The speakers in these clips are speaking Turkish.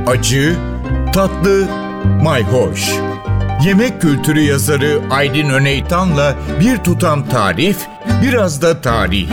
acı, tatlı, mayhoş. Yemek kültürü yazarı Aydin Öneytan'la bir tutam tarif, biraz da tarih.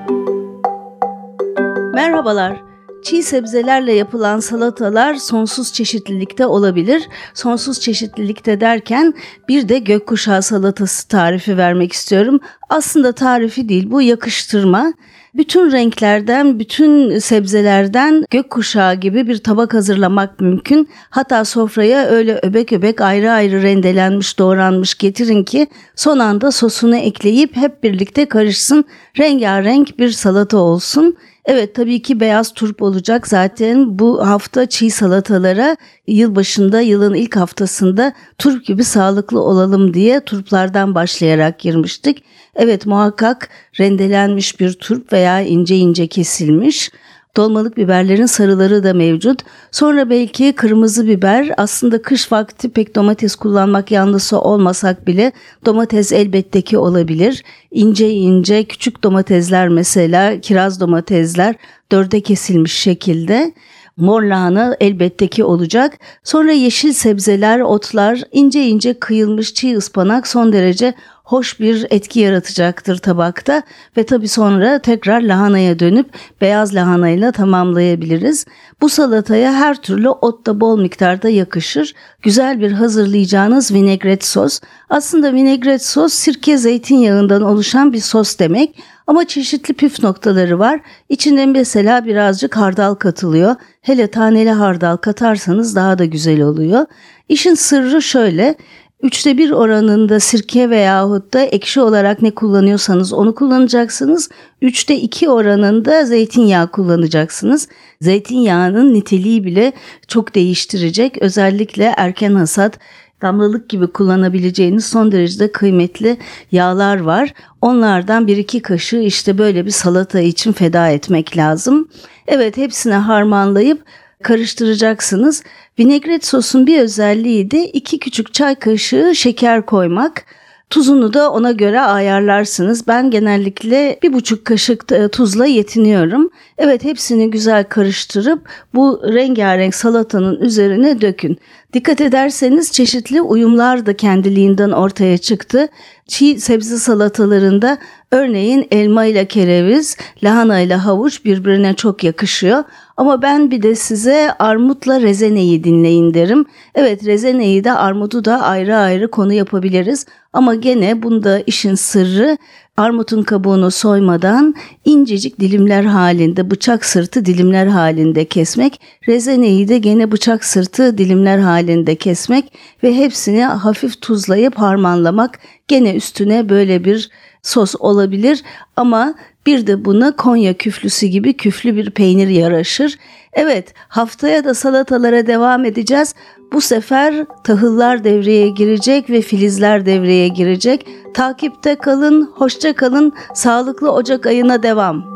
Merhabalar. Çiğ sebzelerle yapılan salatalar sonsuz çeşitlilikte olabilir. Sonsuz çeşitlilikte derken bir de gökkuşağı salatası tarifi vermek istiyorum. Aslında tarifi değil, bu yakıştırma. Bütün renklerden, bütün sebzelerden gökkuşağı gibi bir tabak hazırlamak mümkün. Hatta sofraya öyle öbek öbek ayrı ayrı rendelenmiş, doğranmış getirin ki son anda sosunu ekleyip hep birlikte karışsın. Rengarenk bir salata olsun. Evet, tabii ki beyaz turp olacak. Zaten bu hafta çiğ salatalara yılbaşında, yılın ilk haftasında turp gibi sağlıklı olalım diye turplardan başlayarak girmiştik. Evet, muhakkak rendelenmiş bir turp veya ince ince kesilmiş. Dolmalık biberlerin sarıları da mevcut. Sonra belki kırmızı biber. Aslında kış vakti pek domates kullanmak yanlısı olmasak bile domates elbette ki olabilir. İnce ince küçük domatesler, mesela kiraz domatesler dörde kesilmiş şekilde. Mor lahana elbette ki olacak. Sonra yeşil sebzeler, otlar, ince ince kıyılmış çiğ ıspanak son derece hoş bir etki yaratacaktır tabakta ve tabii sonra tekrar lahanaya dönüp beyaz lahanayla tamamlayabiliriz. Bu salataya her türlü ot da bol miktarda yakışır. Güzel bir hazırlayacağınız vinegret sos. Aslında vinegret sos sirke zeytinyağından oluşan bir sos demek. Ama çeşitli püf noktaları var. İçine mesela birazcık hardal katılıyor. Hele taneli hardal katarsanız daha da güzel oluyor. İşin sırrı şöyle: 1/3 oranında sirke veyahut da ekşi olarak ne kullanıyorsanız onu kullanacaksınız. 2/3 oranında zeytinyağı kullanacaksınız. Zeytinyağının niteliği bile çok değiştirecek. Özellikle erken hasat, damlalık gibi kullanabileceğiniz son derece kıymetli yağlar var. Onlardan 1-2 kaşığı işte böyle bir salata için feda etmek lazım. Evet, hepsini harmanlayıp karıştıracaksınız. Vinegret sosun bir özelliği de 2 küçük çay kaşığı şeker koymak. Tuzunu da ona göre ayarlarsınız. Ben genellikle 1,5 kaşık tuzla yetiniyorum. Evet, hepsini güzel karıştırıp bu rengarenk salatanın üzerine dökün. Dikkat ederseniz çeşitli uyumlar da kendiliğinden ortaya çıktı. Çiğ sebze salatalarında örneğin elma ile kereviz, lahana ile havuç birbirine çok yakışıyor. Ama ben bir de size armutla rezeneyi dinleyin derim. Evet, rezeneyi de armudu da ayrı ayrı konu yapabiliriz. Ama gene bunda işin sırrı armutun kabuğunu soymadan incecik dilimler halinde, bıçak sırtı dilimler halinde kesmek. Rezeneyi de gene bıçak sırtı dilimler halinde kesmek ve hepsini hafif tuzlayıp harmanlamak. Gene üstüne böyle bir sos olabilir ama bir de buna Konya küflüsü gibi küflü bir peynir yaraşır. Evet, haftaya da salatalara devam edeceğiz. Bu sefer tahıllar devreye girecek ve filizler devreye girecek. Takipte kalın, hoşça kalın, sağlıklı Ocak ayına devam.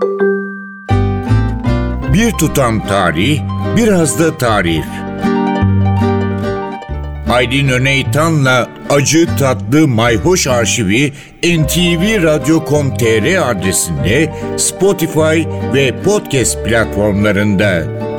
Bir tutam tarih, biraz da tarif. Aydin Öneytan'la acı tatlı mayhoş arşivi ntvradio.com.tr adresinde, Spotify ve podcast platformlarında.